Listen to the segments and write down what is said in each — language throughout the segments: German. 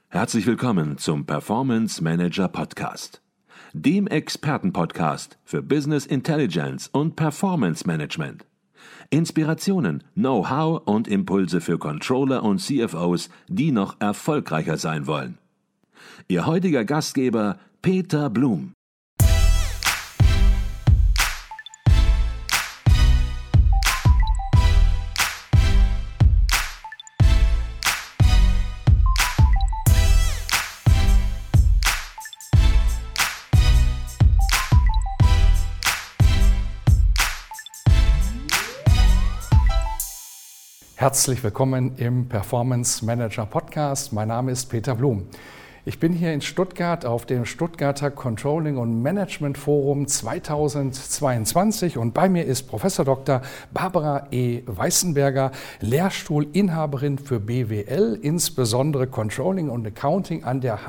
Herzlich willkommen zum Performance Manager Podcast, dem Expertenpodcast für Business Intelligence und Performance Management. Inspirationen, Know-how und Impulse für Controller und CFOs, die noch erfolgreicher sein wollen. Ihr heutiger Gastgeber Peter Blum. Herzlich willkommen im Performance Manager Podcast. Mein Name ist Peter Blum. Ich bin hier in Stuttgart auf dem Stuttgarter Controlling und Management Forum 2022 und bei mir ist Professor Dr. Barbara E. Weißenberger, Lehrstuhlinhaberin für BWL, insbesondere Controlling und Accounting an der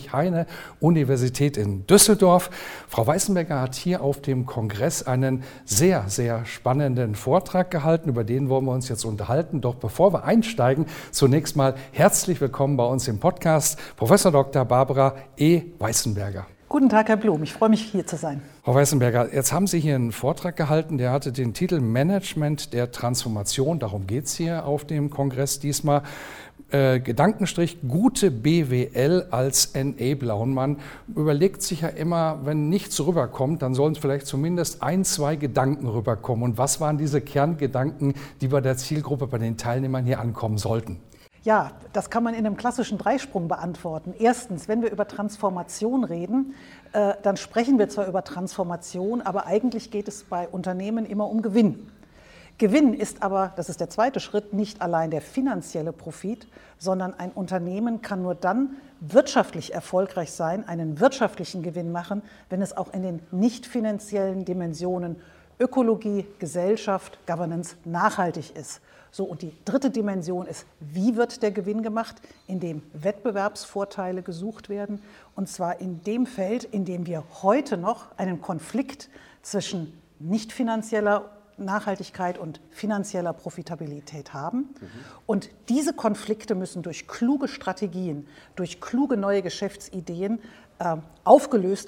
Heinrich-Heine-Universität in Düsseldorf. Frau Weißenberger hat hier auf dem Kongress einen sehr, sehr spannenden Vortrag gehalten, über den wollen wir uns jetzt unterhalten. Doch bevor wir einsteigen, zunächst mal herzlich willkommen bei uns im Podcast, Professor Dr. Barbara E. Weißenberger. Guten Tag, Herr Blum. Ich freue mich, hier zu sein. Frau Weißenberger, jetzt haben Sie hier einen Vortrag gehalten, der hatte den Titel Management der Transformation. Darum geht es hier auf dem Kongress diesmal. Gedankenstrich, gute BWL als Enabler. Und man überlegt sich ja immer, wenn nichts rüberkommt, dann sollen vielleicht zumindest ein, zwei Gedanken rüberkommen. Und was waren diese Kerngedanken, die bei der Zielgruppe, bei den Teilnehmern hier ankommen sollten? Ja, das kann man in einem klassischen Dreisprung beantworten. Erstens, wenn wir über Transformation reden, dann sprechen wir zwar über Transformation, aber eigentlich geht es bei Unternehmen immer um Gewinn. Gewinn ist aber, das ist der zweite Schritt, nicht allein der finanzielle Profit, sondern ein Unternehmen kann nur dann wirtschaftlich erfolgreich sein, einen wirtschaftlichen Gewinn machen, wenn es auch in den nicht finanziellen Dimensionen Ökologie, Gesellschaft, Governance nachhaltig ist. So, und die dritte Dimension ist, wie wird der Gewinn gemacht? Indem Wettbewerbsvorteile gesucht werden, und zwar in dem Feld, in dem wir heute noch einen Konflikt zwischen nicht finanzieller Nachhaltigkeit und finanzieller Profitabilität haben. Und diese Konflikte müssen durch kluge Strategien, durch kluge neue Geschäftsideen aufgelöst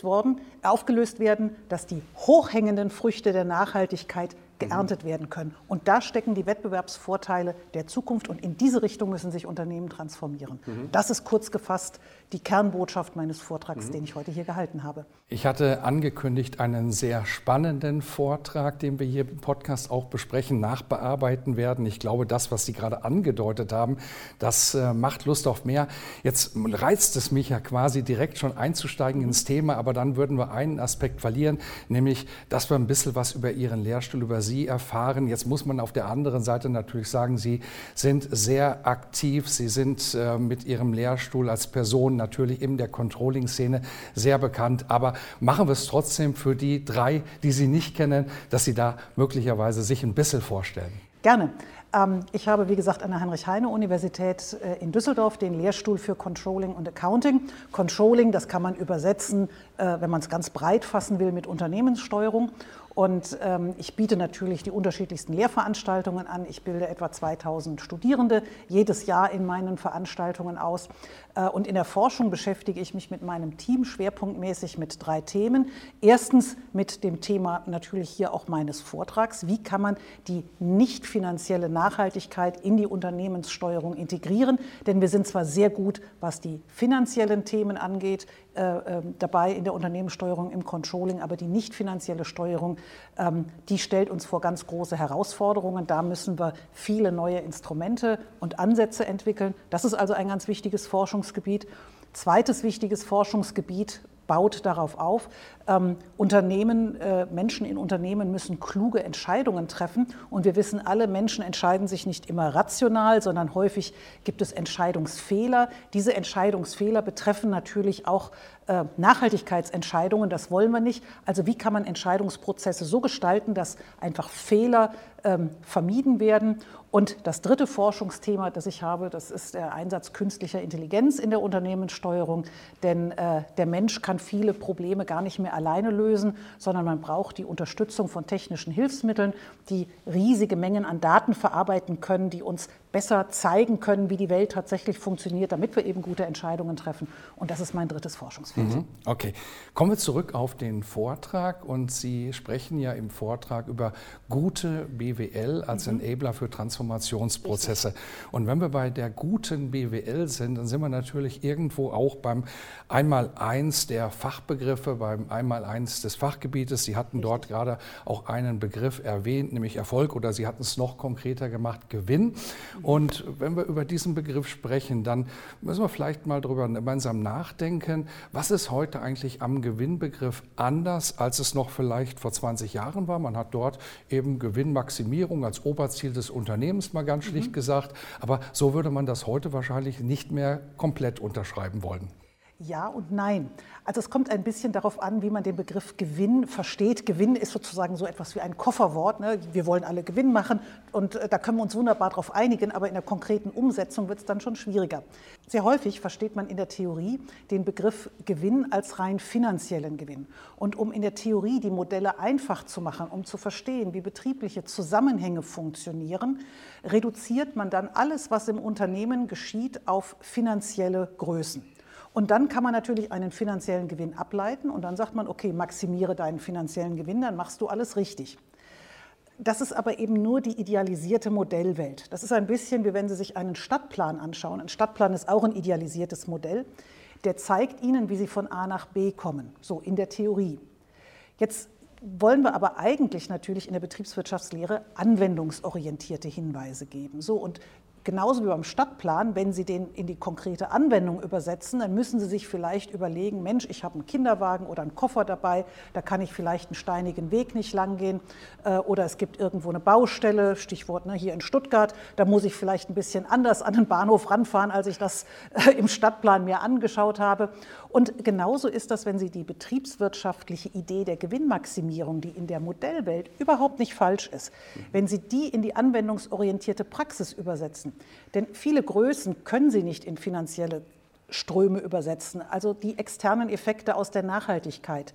werden, dass die hochhängenden Früchte der Nachhaltigkeit geerntet werden können. Und da stecken die Wettbewerbsvorteile der Zukunft, und in diese Richtung müssen sich Unternehmen transformieren. Das ist kurz gefasst die Kernbotschaft meines Vortrags, den ich heute hier gehalten habe. Ich hatte angekündigt, einen sehr spannenden Vortrag, den wir hier im Podcast auch besprechen, nachbearbeiten werden. Ich glaube, das, was Sie gerade angedeutet haben, das macht Lust auf mehr. Jetzt reizt es mich ja quasi direkt schon einzusteigen ins Thema, aber dann würden wir einen Aspekt verlieren, nämlich, dass wir ein bisschen was über Ihren Lehrstuhl, über Sie erfahren. Jetzt muss man auf der anderen Seite natürlich sagen, Sie sind sehr aktiv, Sie sind mit Ihrem Lehrstuhl als Person natürlich in der Controlling-Szene sehr bekannt, aber machen wir es trotzdem für die drei, die Sie nicht kennen, dass Sie da möglicherweise sich ein bisschen vorstellen. Gerne. Ich habe, wie gesagt, an der Heinrich-Heine-Universität in Düsseldorf den Lehrstuhl für Controlling und Accounting. Controlling, das kann man übersetzen, wenn man es ganz breit fassen will, mit Unternehmenssteuerung. Und ich biete natürlich die unterschiedlichsten Lehrveranstaltungen an. Ich bilde etwa 2000 Studierende jedes Jahr in meinen Veranstaltungen aus. Und in der Forschung beschäftige ich mich mit meinem Team schwerpunktmäßig mit 3 Themen. Erstens mit dem Thema natürlich hier auch meines Vortrags. Wie kann man die nicht finanzielle Nachhaltigkeit in die Unternehmenssteuerung integrieren? Denn wir sind zwar sehr gut, was die finanziellen Themen angeht, dabei in der Unternehmenssteuerung im Controlling, aber die nicht finanzielle Steuerung, die stellt uns vor ganz große Herausforderungen. Da müssen wir viele neue Instrumente und Ansätze entwickeln. Das ist also ein ganz wichtiges Forschungsgebiet. Zweites wichtiges Forschungsgebiet baut darauf auf. Menschen in Unternehmen müssen kluge Entscheidungen treffen. Und wir wissen alle, Menschen entscheiden sich nicht immer rational, sondern häufig gibt es Entscheidungsfehler. Diese Entscheidungsfehler betreffen natürlich auch Nachhaltigkeitsentscheidungen. Das wollen wir nicht. Also wie kann man Entscheidungsprozesse so gestalten, dass einfach Fehler vermieden werden. Und das dritte Forschungsthema, das ich habe, das ist der Einsatz künstlicher Intelligenz in der Unternehmenssteuerung. Denn der Mensch kann viele Probleme gar nicht mehr alleine lösen, sondern man braucht die Unterstützung von technischen Hilfsmitteln, die riesige Mengen an Daten verarbeiten können, die uns besser zeigen können, wie die Welt tatsächlich funktioniert, damit wir eben gute Entscheidungen treffen. Und das ist mein drittes Forschungsfeld. Okay, kommen wir zurück auf den Vortrag. Und Sie sprechen ja im Vortrag über gute BWL als Enabler für Transformationsprozesse. Richtig. Und wenn wir bei der guten BWL sind, dann sind wir natürlich irgendwo auch beim Einmaleins der Fachbegriffe, beim Einmaleins des Fachgebietes. Sie hatten dort gerade auch einen Begriff erwähnt, nämlich Erfolg, oder Sie hatten es noch konkreter gemacht, Gewinn. Und wenn wir über diesen Begriff sprechen, dann müssen wir vielleicht mal darüber gemeinsam nachdenken, was ist heute eigentlich am Gewinnbegriff anders, als es noch vielleicht vor 20 Jahren war. Man hat dort eben Gewinnmaximierung als Oberziel des Unternehmens mal ganz schlicht gesagt, aber so würde man das heute wahrscheinlich nicht mehr komplett unterschreiben wollen. Ja und nein. Also es kommt ein bisschen darauf an, wie man den Begriff Gewinn versteht. Gewinn ist sozusagen so etwas wie ein Kofferwort. Ne? Wir wollen alle Gewinn machen und da können wir uns wunderbar darauf einigen, aber in der konkreten Umsetzung wird es dann schon schwieriger. Sehr häufig versteht man in der Theorie den Begriff Gewinn als rein finanziellen Gewinn. Und um in der Theorie die Modelle einfach zu machen, um zu verstehen, wie betriebliche Zusammenhänge funktionieren, reduziert man dann alles, was im Unternehmen geschieht, auf finanzielle Größen. Und dann kann man natürlich einen finanziellen Gewinn ableiten und dann sagt man, okay, maximiere deinen finanziellen Gewinn, dann machst du alles richtig. Das ist aber eben nur die idealisierte Modellwelt. Das ist ein bisschen wie wenn Sie sich einen Stadtplan anschauen. Ein Stadtplan ist auch ein idealisiertes Modell. Der zeigt Ihnen, wie Sie von A nach B kommen, so in der Theorie. Jetzt wollen wir aber eigentlich natürlich in der Betriebswirtschaftslehre anwendungsorientierte Hinweise geben. So, und genauso wie beim Stadtplan, wenn Sie den in die konkrete Anwendung übersetzen, dann müssen Sie sich vielleicht überlegen, Mensch, ich habe einen Kinderwagen oder einen Koffer dabei, da kann ich vielleicht einen steinigen Weg nicht lang gehen oder es gibt irgendwo eine Baustelle, Stichwort hier in Stuttgart, da muss ich vielleicht ein bisschen anders an den Bahnhof ranfahren, als ich das im Stadtplan mir angeschaut habe. Und genauso ist das, wenn Sie die betriebswirtschaftliche Idee der Gewinnmaximierung, die in der Modellwelt überhaupt nicht falsch ist, wenn Sie die in die anwendungsorientierte Praxis übersetzen. Denn viele Größen können Sie nicht in finanzielle Ströme übersetzen, also die externen Effekte aus der Nachhaltigkeit.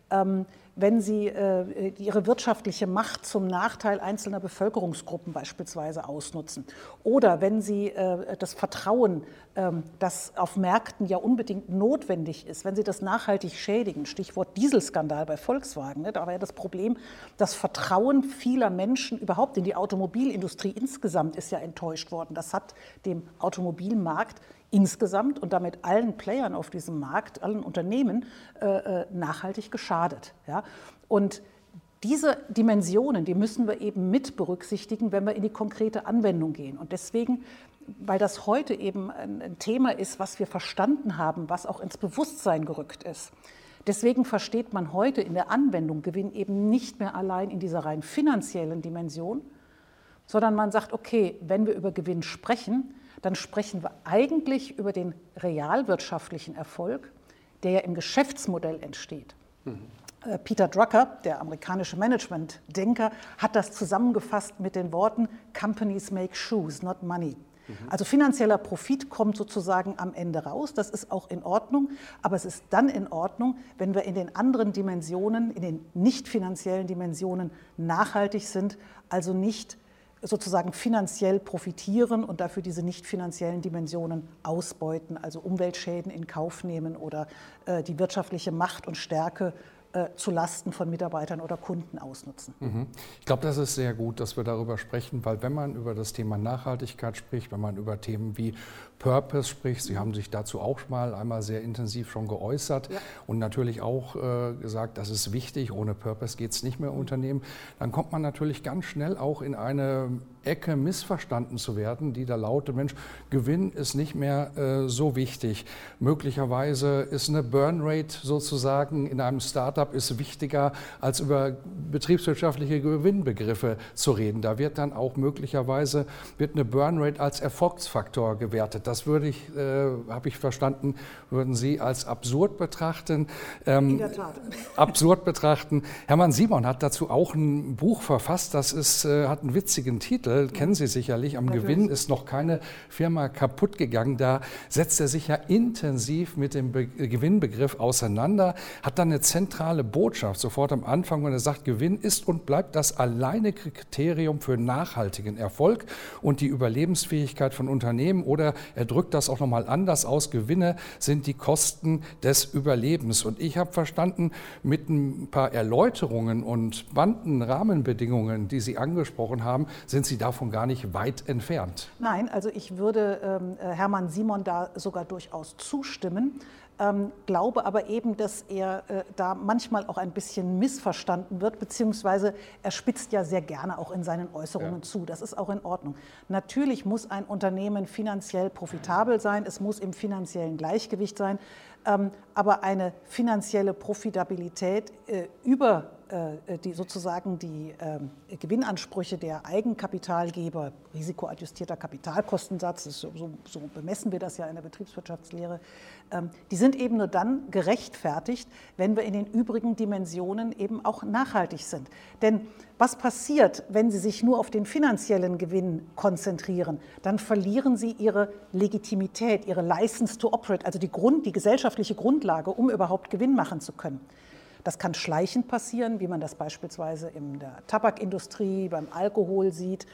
Wenn Sie Ihre wirtschaftliche Macht zum Nachteil einzelner Bevölkerungsgruppen beispielsweise ausnutzen oder wenn Sie das Vertrauen, das auf Märkten ja unbedingt notwendig ist, wenn Sie das nachhaltig schädigen, Stichwort Dieselskandal bei Volkswagen, ne, da war ja das Problem, das Vertrauen vieler Menschen überhaupt in die Automobilindustrie insgesamt ist ja enttäuscht worden. Das hat dem Automobilmarkt insgesamt und damit allen Playern auf diesem Markt, allen Unternehmen nachhaltig geschadet. Ja? Und diese Dimensionen, die müssen wir eben mit berücksichtigen, wenn wir in die konkrete Anwendung gehen. Und deswegen, weil das heute eben ein Thema ist, was wir verstanden haben, was auch ins Bewusstsein gerückt ist, deswegen versteht man heute in der Anwendung Gewinn eben nicht mehr allein in dieser rein finanziellen Dimension, sondern man sagt, okay, wenn wir über Gewinn sprechen, dann sprechen wir eigentlich über den realwirtschaftlichen Erfolg, der ja im Geschäftsmodell entsteht. Peter Drucker, der amerikanische Management-Denker, hat das zusammengefasst mit den Worten Companies make shoes, not money. Also finanzieller Profit kommt sozusagen am Ende raus, das ist auch in Ordnung, aber es ist dann in Ordnung, wenn wir in den anderen Dimensionen, in den nicht finanziellen Dimensionen nachhaltig sind, also nicht sozusagen finanziell profitieren und dafür diese nicht finanziellen Dimensionen ausbeuten, also Umweltschäden in Kauf nehmen oder die wirtschaftliche Macht und Stärke zu Lasten von Mitarbeitern oder Kunden ausnutzen. Ich glaube, das ist sehr gut, dass wir darüber sprechen, weil wenn man über das Thema Nachhaltigkeit spricht, wenn man über Themen wie Purpose spricht, Sie haben sich dazu auch mal einmal sehr intensiv schon geäußert und natürlich auch gesagt, das ist wichtig, ohne Purpose geht es nicht mehr im Unternehmen, dann kommt man natürlich ganz schnell auch in eine Ecke missverstanden zu werden, die da lautet, Mensch, Gewinn ist nicht mehr so wichtig. Möglicherweise ist eine Burnrate sozusagen in einem Startup ist wichtiger, als über betriebswirtschaftliche Gewinnbegriffe zu reden. Da wird dann auch möglicherweise eine Burnrate als Erfolgsfaktor gewertet. Das habe ich verstanden, würden Sie als absurd betrachten. In der Tat. Absurd betrachten. Hermann Simon hat dazu auch ein Buch verfasst, das hat einen witzigen Titel, kennen Sie sicherlich, am Gewinn ist noch keine Firma kaputt gegangen. Da setzt er sich ja intensiv mit dem Gewinnbegriff auseinander, hat dann eine zentrale Botschaft sofort am Anfang, wenn er sagt, Gewinn ist und bleibt das alleine Kriterium für nachhaltigen Erfolg und die Überlebensfähigkeit von Unternehmen, oder er drückt das auch nochmal anders aus, Gewinne sind die Kosten des Überlebens. Und ich habe verstanden, mit ein paar Erläuterungen und Bandenrahmenbedingungen, die Sie angesprochen haben, sind Sie davon gar nicht weit entfernt. Nein, also ich würde Hermann Simon da sogar durchaus zustimmen. Glaube aber eben, dass er da manchmal auch ein bisschen missverstanden wird, beziehungsweise er spitzt ja sehr gerne auch in seinen Äußerungen zu. Das ist auch in Ordnung. Natürlich muss ein Unternehmen finanziell profitabel sein, es muss im finanziellen Gleichgewicht sein, aber eine finanzielle Profitabilität über die Gewinnansprüche der Eigenkapitalgeber, risikoadjustierter Kapitalkostensatz, so bemessen wir das ja in der Betriebswirtschaftslehre, die sind eben nur dann gerechtfertigt, wenn wir in den übrigen Dimensionen eben auch nachhaltig sind. Denn was passiert, wenn Sie sich nur auf den finanziellen Gewinn konzentrieren? Dann verlieren Sie Ihre Legitimität, Ihre License to operate, also die gesellschaftliche Grundlage, um überhaupt Gewinn machen zu können. Das kann schleichend passieren, wie man das beispielsweise in der Tabakindustrie, beim Alkohol sieht,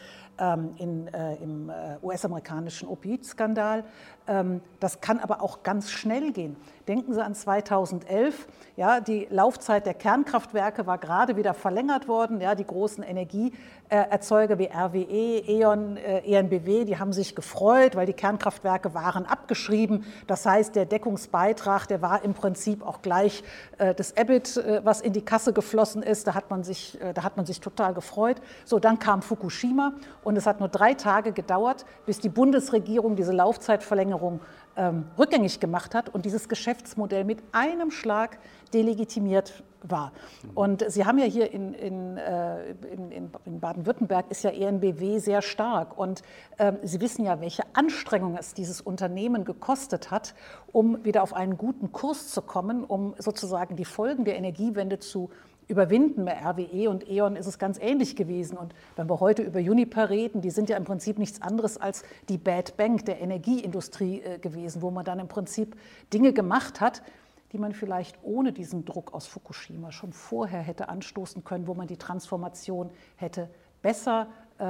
im US-amerikanischen Opioid-Skandal. Das kann aber auch ganz schnell gehen. Denken Sie an 2011, ja, die Laufzeit der Kernkraftwerke war gerade wieder verlängert worden. Ja, die großen Energieerzeuger wie RWE, E.ON, EnBW, die haben sich gefreut, weil die Kernkraftwerke waren abgeschrieben. Das heißt, der Deckungsbeitrag, der war im Prinzip auch gleich das EBIT, was in die Kasse geflossen ist. Da hat man sich total gefreut. So, dann kam Fukushima und es hat nur 3 Tage gedauert, bis die Bundesregierung diese Laufzeitverlängerung rückgängig gemacht hat und dieses Geschäftsmodell mit einem Schlag delegitimiert war. Und Sie haben ja hier in Baden-Württemberg ist ja EnBW sehr stark und Sie wissen ja, welche Anstrengung es dieses Unternehmen gekostet hat, um wieder auf einen guten Kurs zu kommen, um sozusagen die Folgen der Energiewende zu überwinden. Bei RWE und E.ON ist es ganz ähnlich gewesen. Und wenn wir heute über Uniper reden, die sind ja im Prinzip nichts anderes als die Bad Bank der Energieindustrie gewesen, wo man dann im Prinzip Dinge gemacht hat, die man vielleicht ohne diesen Druck aus Fukushima schon vorher hätte anstoßen können, wo man die Transformation hätte besser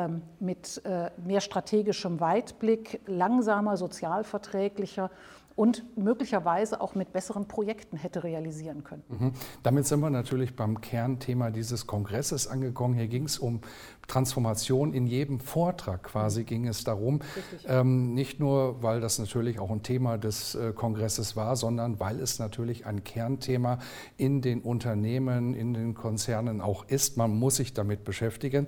mit mehr strategischem Weitblick, langsamer, sozialverträglicher und möglicherweise auch mit besseren Projekten hätte realisieren können. Damit sind wir natürlich beim Kernthema dieses Kongresses angekommen. Hier ging es um Transformation. In jedem Vortrag quasi ging es darum, nicht nur, weil das natürlich auch ein Thema des Kongresses war, sondern weil es natürlich ein Kernthema in den Unternehmen, in den Konzernen auch ist. Man muss sich damit beschäftigen.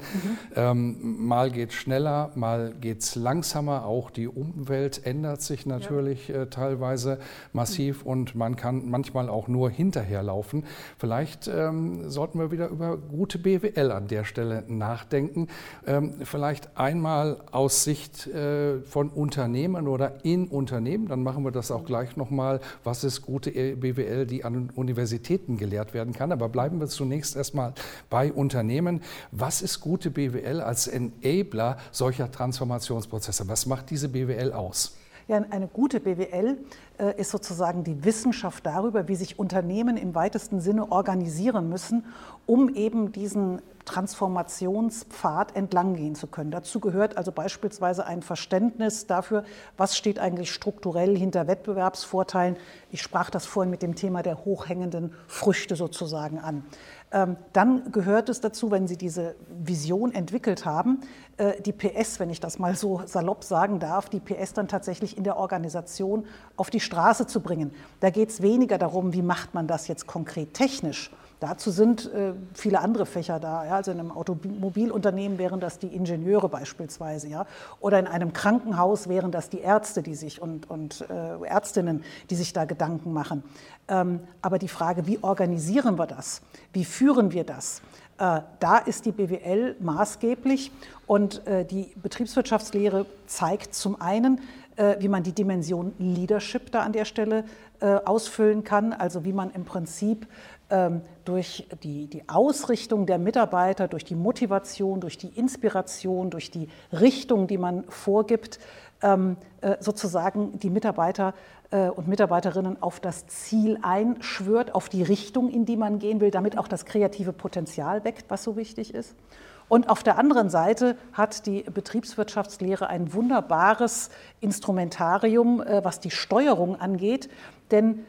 Mal geht es schneller, mal geht es langsamer. Auch die Umwelt ändert sich natürlich teilweise massiv und man kann manchmal auch nur hinterherlaufen. Vielleicht sollten wir wieder über gute BWL an der Stelle nachdenken. Vielleicht einmal aus Sicht von Unternehmen oder in Unternehmen, dann machen wir das auch gleich nochmal, was ist gute BWL, die an Universitäten gelehrt werden kann. Aber bleiben wir zunächst erstmal bei Unternehmen. Was ist gute BWL als Enabler solcher Transformationsprozesse? Was macht diese BWL aus? Ja, eine gute BWL ist sozusagen die Wissenschaft darüber, wie sich Unternehmen im weitesten Sinne organisieren müssen, um eben diesen Transformationspfad entlang gehen zu können. Dazu gehört also beispielsweise ein Verständnis dafür, was steht eigentlich strukturell hinter Wettbewerbsvorteilen. Ich sprach das vorhin mit dem Thema der hochhängenden Früchte sozusagen an. Dann gehört es dazu, wenn Sie diese Vision entwickelt haben, die PS, wenn ich das mal so salopp sagen darf, die PS dann tatsächlich in der Organisation auf die Straße zu bringen. Da geht es weniger darum, wie macht man das jetzt konkret technisch. Dazu sind viele andere Fächer da. Ja? Also in einem Automobilunternehmen wären das die Ingenieure beispielsweise. Ja? Oder in einem Krankenhaus wären das die Ärzte, die sich und Ärztinnen, die sich da Gedanken machen. Aber die Frage, wie organisieren wir das? Wie führen wir das? Da ist die BWL maßgeblich und die Betriebswirtschaftslehre zeigt zum einen, wie man die Dimension Leadership da an der Stelle ausfüllen kann, also wie man im Prinzip durch die Ausrichtung der Mitarbeiter, durch die Motivation, durch die Inspiration, durch die Richtung, die man vorgibt, sozusagen die Mitarbeiter und Mitarbeiterinnen auf das Ziel einschwört, auf die Richtung, in die man gehen will, damit auch das kreative Potenzial weckt, was so wichtig ist. Und auf der anderen Seite hat die Betriebswirtschaftslehre ein wunderbares Instrumentarium, was die Steuerung angeht, denn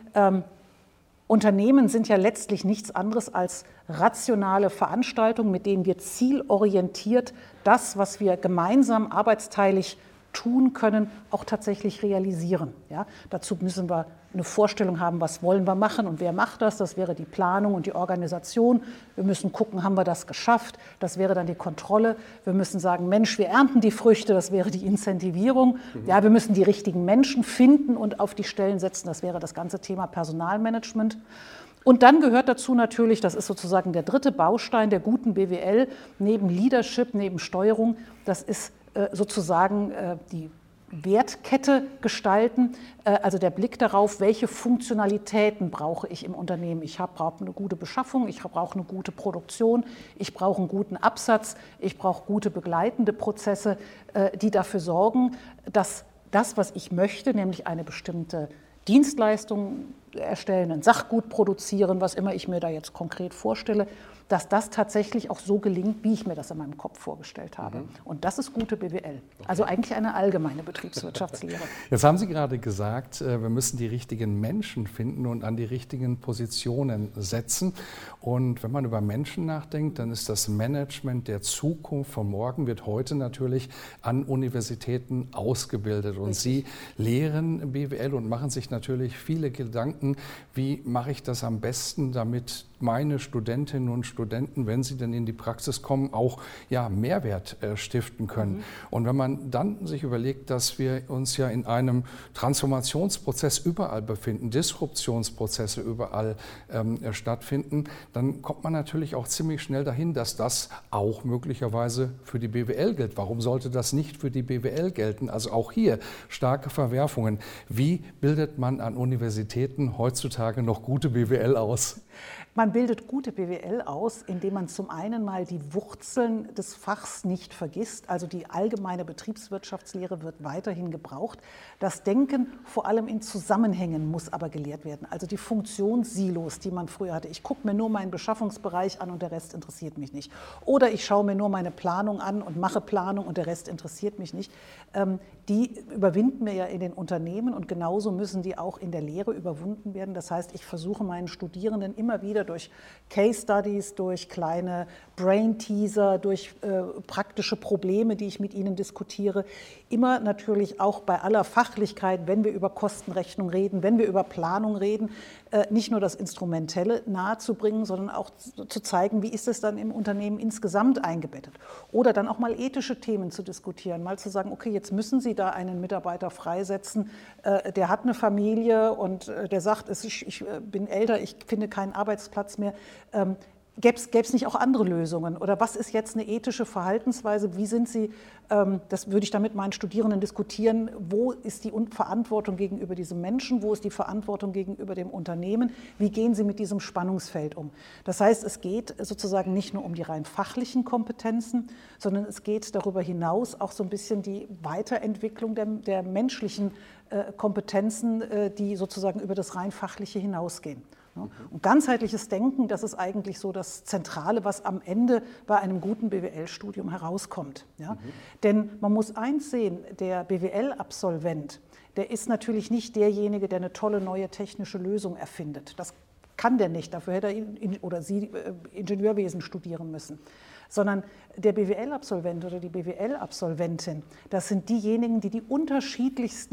Unternehmen sind ja letztlich nichts anderes als rationale Veranstaltungen, mit denen wir zielorientiert das, was wir gemeinsam arbeitsteilig tun können, auch tatsächlich realisieren. Ja? Dazu müssen wir eine Vorstellung haben, was wollen wir machen und wer macht das. Das wäre die Planung und die Organisation. Wir müssen gucken, haben wir das geschafft. Das wäre dann die Kontrolle. Wir müssen sagen, Mensch, wir ernten die Früchte. Das wäre die Incentivierung. Ja, wir müssen die richtigen Menschen finden und auf die Stellen setzen. Das wäre das ganze Thema Personalmanagement. Und dann gehört dazu natürlich, das ist sozusagen der dritte Baustein der guten BWL, neben Leadership, neben Steuerung, das ist sozusagen die Wertkette gestalten, also der Blick darauf, welche Funktionalitäten brauche ich im Unternehmen. Ich brauche eine gute Beschaffung, ich brauche eine gute Produktion, ich brauche einen guten Absatz, ich brauche gute begleitende Prozesse, die dafür sorgen, dass das, was ich möchte, nämlich eine bestimmte Dienstleistung erstellen, ein Sachgut produzieren, was immer ich mir da jetzt konkret vorstelle, dass das tatsächlich auch so gelingt, wie ich mir das in meinem Kopf vorgestellt habe. Und das ist gute BWL. Also eigentlich eine allgemeine Betriebswirtschaftslehre. Jetzt haben Sie gerade gesagt, wir müssen die richtigen Menschen finden und an die richtigen Positionen setzen. Und wenn man über Menschen nachdenkt, dann ist das Management der Zukunft von morgen, wird heute natürlich an Universitäten ausgebildet. Und Sie lehren BWL und machen sich natürlich viele Gedanken, wie mache ich das am besten, damit meine Studentinnen und Studenten, wenn sie dann in die Praxis kommen, auch Mehrwert stiften können. Und wenn man dann sich überlegt, dass wir uns ja in einem Transformationsprozess überall befinden, Disruptionsprozesse überall stattfinden, dann kommt man natürlich auch ziemlich schnell dahin, dass das auch möglicherweise für die BWL gilt. Warum sollte das nicht für die BWL gelten? Also auch hier starke Verwerfungen. Wie bildet man an Universitäten heutzutage noch gute BWL aus? Man bildet gute BWL aus, indem man zum einen mal die Wurzeln des Fachs nicht vergisst. Also die allgemeine Betriebswirtschaftslehre wird weiterhin gebraucht. Das Denken vor allem in Zusammenhängen muss aber gelehrt werden. Also die Funktionssilos, die man früher hatte. Ich gucke mir nur meinen Beschaffungsbereich an und der Rest interessiert mich nicht. Oder ich schaue mir nur meine Planung an und mache Planung und der Rest interessiert mich nicht. Die überwinden wir ja in den Unternehmen und genauso müssen die auch in der Lehre überwunden werden. Das heißt, ich versuche meinen Studierenden immer wieder durch Case Studies, durch kleine Brain Teaser, durch praktische Probleme, die ich mit ihnen diskutiere, immer natürlich auch bei aller Fachlichkeit, wenn wir über Kostenrechnung reden, wenn wir über Planung reden, nicht nur das Instrumentelle nahezubringen, sondern auch zu zeigen, wie ist es dann im Unternehmen insgesamt eingebettet. Oder dann auch mal ethische Themen zu diskutieren, mal zu sagen, okay, jetzt müssen Sie da einen Mitarbeiter freisetzen, der hat eine Familie und der sagt, ich bin älter, ich finde keinen Arbeitsplatz mehr. Gäbe es nicht auch andere Lösungen? Oder was ist jetzt eine ethische Verhaltensweise? Wie sind Sie, das würde ich dann mit meinen Studierenden diskutieren, wo ist die Verantwortung gegenüber diesem Menschen? Wo ist die Verantwortung gegenüber dem Unternehmen? Wie gehen Sie mit diesem Spannungsfeld um? Das heißt, es geht sozusagen nicht nur um die rein fachlichen Kompetenzen, sondern es geht darüber hinaus auch so ein bisschen die Weiterentwicklung der menschlichen Kompetenzen, die sozusagen über das rein fachliche hinausgehen. Und ganzheitliches Denken, das ist eigentlich so das Zentrale, was am Ende bei einem guten BWL-Studium herauskommt. Ja? Denn man muss eins sehen, der BWL-Absolvent, der ist natürlich nicht derjenige, der eine tolle neue technische Lösung erfindet. Das kann der nicht, dafür hätte er oder sie Ingenieurwesen studieren müssen. Sondern der BWL-Absolvent oder die BWL-Absolventin, das sind diejenigen, die die unterschiedlichsten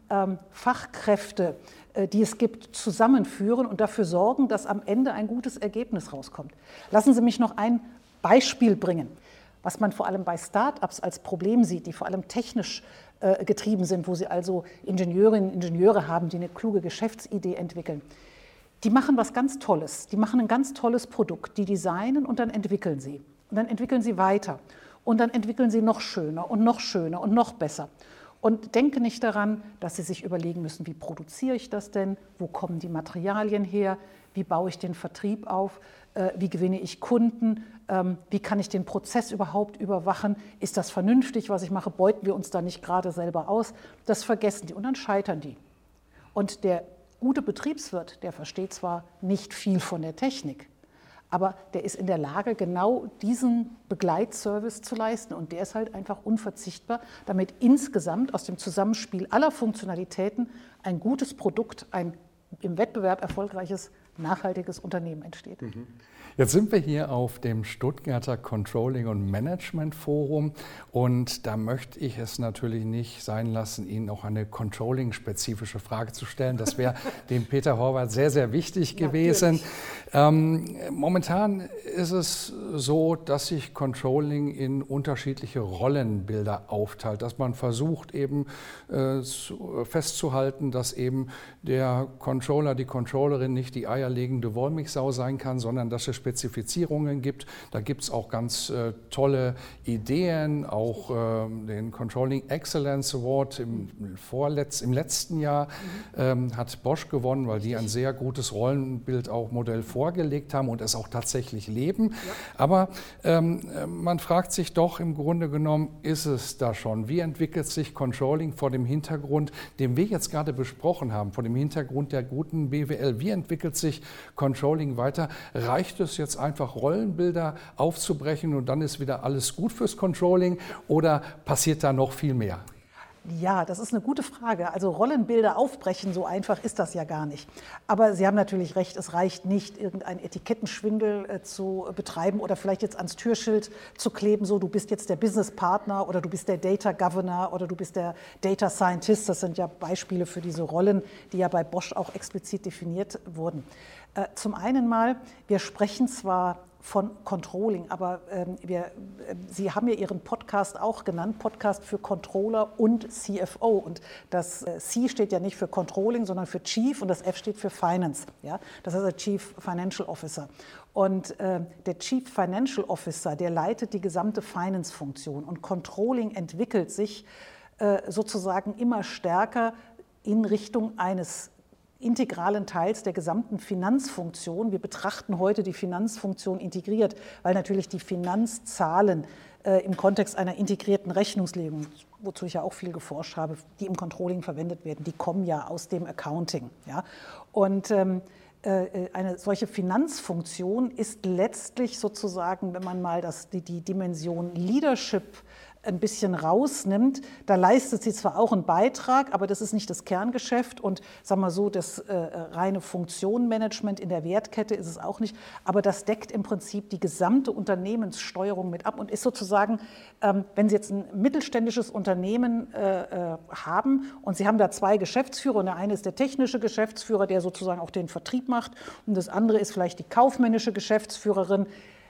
Fachkräfte, die es gibt, zusammenführen und dafür sorgen, dass am Ende ein gutes Ergebnis rauskommt. Lassen Sie mich noch ein Beispiel bringen, was man vor allem bei Start-ups als Problem sieht, die vor allem technisch getrieben sind, wo Sie also Ingenieurinnen und Ingenieure haben, die eine kluge Geschäftsidee entwickeln. Die machen was ganz Tolles, die machen ein ganz tolles Produkt, die designen und dann entwickeln sie. Und dann entwickeln sie weiter und dann entwickeln sie noch schöner und noch besser. Und denke nicht daran, dass Sie sich überlegen müssen, wie produziere ich das denn, wo kommen die Materialien her, wie baue ich den Vertrieb auf, wie gewinne ich Kunden, wie kann ich den Prozess überhaupt überwachen, ist das vernünftig, was ich mache, beuten wir uns da nicht gerade selber aus, das vergessen die und dann scheitern die. Und der gute Betriebswirt, der versteht zwar nicht viel von der Technik, aber der ist in der Lage, genau diesen Begleitservice zu leisten und der ist halt einfach unverzichtbar, damit insgesamt aus dem Zusammenspiel aller Funktionalitäten ein gutes Produkt, ein im Wettbewerb erfolgreiches, nachhaltiges Unternehmen entsteht. Jetzt sind wir hier auf dem Stuttgarter Controlling und Management Forum und da möchte ich es natürlich nicht sein lassen, Ihnen auch eine Controlling-spezifische Frage zu stellen. Das wäre dem Peter Horvath sehr, sehr wichtig gewesen. Momentan ist es so, dass sich Controlling in unterschiedliche Rollenbilder aufteilt, dass man versucht eben festzuhalten, dass eben der Controller, die Controllerin nicht die eierlegende Wollmilchsau sein kann, sondern dass es Spezifizierungen gibt. Da gibt es auch ganz tolle Ideen, auch den Controlling Excellence Award im letzten Jahr hat Bosch gewonnen, weil die ein sehr gutes Rollenbild auch Modell vorgelegt haben und es auch tatsächlich leben. Ja. Aber man fragt sich doch im Grunde genommen, ist es da schon? Wie entwickelt sich Controlling vor dem Hintergrund, den wir jetzt gerade besprochen haben, vor dem Hintergrund der guten BWL? Wie entwickelt sich Controlling weiter? Reicht es jetzt einfach, Rollenbilder aufzubrechen und dann ist wieder alles gut fürs Controlling oder passiert da noch viel mehr? Ja, das ist eine gute Frage. Also Rollenbilder aufbrechen, so einfach ist das ja gar nicht. Aber Sie haben natürlich recht, es reicht nicht, irgendeinen Etikettenschwindel zu betreiben oder vielleicht jetzt ans Türschild zu kleben, so du bist jetzt der Business Partner oder du bist der Data Governor oder du bist der Data Scientist. Das sind ja Beispiele für diese Rollen, die ja bei Bosch auch explizit definiert wurden. Zum einen mal, wir sprechen zwar von Controlling, aber Sie haben ja Ihren Podcast auch genannt, Podcast für Controller und CFO. Und das C steht ja nicht für Controlling, sondern für Chief und das F steht für Finance. Ja? Das ist der Chief Financial Officer. Und der Chief Financial Officer, der leitet die gesamte Finance-Funktion. Und Controlling entwickelt sich sozusagen immer stärker in Richtung eines integralen Teils der gesamten Finanzfunktion. Wir betrachten heute die Finanzfunktion integriert, weil natürlich die Finanzzahlen im Kontext einer integrierten Rechnungslegung, wozu ich ja auch viel geforscht habe, die im Controlling verwendet werden, die kommen ja aus dem Accounting. Ja? Und eine solche Finanzfunktion ist letztlich sozusagen, wenn man mal die Dimension Leadership ein bisschen rausnimmt, da leistet sie zwar auch einen Beitrag, aber das ist nicht das Kerngeschäft und sagen wir so, das reine Funktionenmanagement in der Wertkette ist es auch nicht, aber das deckt im Prinzip die gesamte Unternehmenssteuerung mit ab und ist sozusagen, wenn Sie jetzt ein mittelständisches Unternehmen haben und Sie haben da zwei Geschäftsführer und der eine ist der technische Geschäftsführer, der sozusagen auch den Vertrieb macht und das andere ist vielleicht die kaufmännische Geschäftsführerin,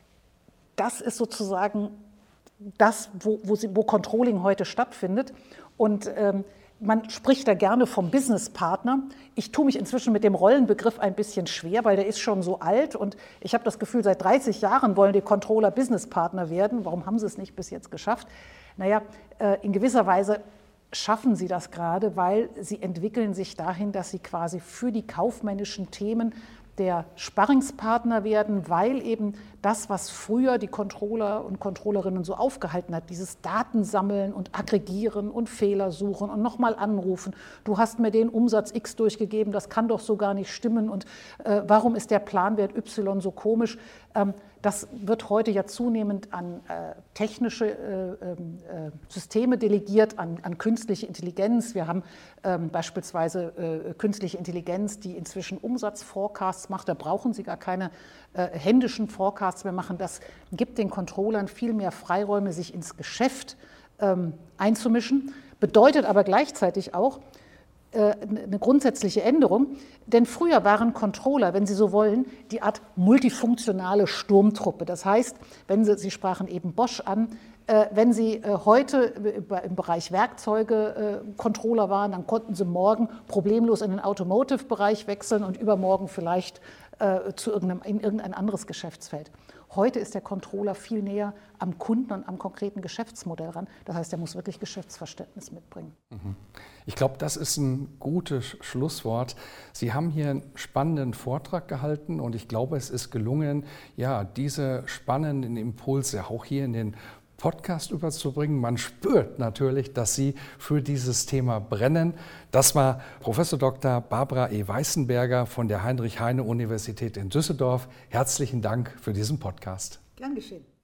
das ist sozusagen das, wo Controlling heute stattfindet. Und man spricht da gerne vom Businesspartner. Ich tue mich inzwischen mit dem Rollenbegriff ein bisschen schwer, weil der ist schon so alt. Und ich habe das Gefühl, seit 30 Jahren wollen die Controller Businesspartner werden. Warum haben sie es nicht bis jetzt geschafft? Naja, in gewisser Weise schaffen sie das gerade, weil sie entwickeln sich dahin, dass sie quasi für die kaufmännischen Themen der Sparringspartner werden, weil eben das, was früher die Controller und Controllerinnen so aufgehalten hat, dieses Datensammeln und Aggregieren und Fehler suchen und nochmal anrufen, du hast mir den Umsatz X durchgegeben, das kann doch so gar nicht stimmen und warum ist der Planwert Y so komisch, das wird heute ja zunehmend an technische Systeme delegiert, an künstliche Intelligenz. Wir haben beispielsweise künstliche Intelligenz, die inzwischen Umsatzforecasts macht. Da brauchen Sie gar keine händischen Forecasts mehr machen. Das gibt den Controllern viel mehr Freiräume, sich ins Geschäft einzumischen. Bedeutet aber gleichzeitig auch, eine grundsätzliche Änderung. Denn früher waren Controller, wenn Sie so wollen, die Art multifunktionale Sturmtruppe. Das heißt, Sie sprachen eben Bosch an, wenn Sie heute im Bereich Werkzeuge Controller waren, dann konnten Sie morgen problemlos in den Automotive-Bereich wechseln und übermorgen vielleicht in irgendein anderes Geschäftsfeld. Heute ist der Controller viel näher am Kunden und am konkreten Geschäftsmodell ran. Das heißt, er muss wirklich Geschäftsverständnis mitbringen. Ich glaube, das ist ein gutes Schlusswort. Sie haben hier einen spannenden Vortrag gehalten und ich glaube, es ist gelungen, ja, diese spannenden Impulse auch hier in den Podcast überzubringen. Man spürt natürlich, dass Sie für dieses Thema brennen. Das war Professor Dr. Barbara E. Weißenberger von der Heinrich-Heine-Universität in Düsseldorf. Herzlichen Dank für diesen Podcast. Gern geschehen.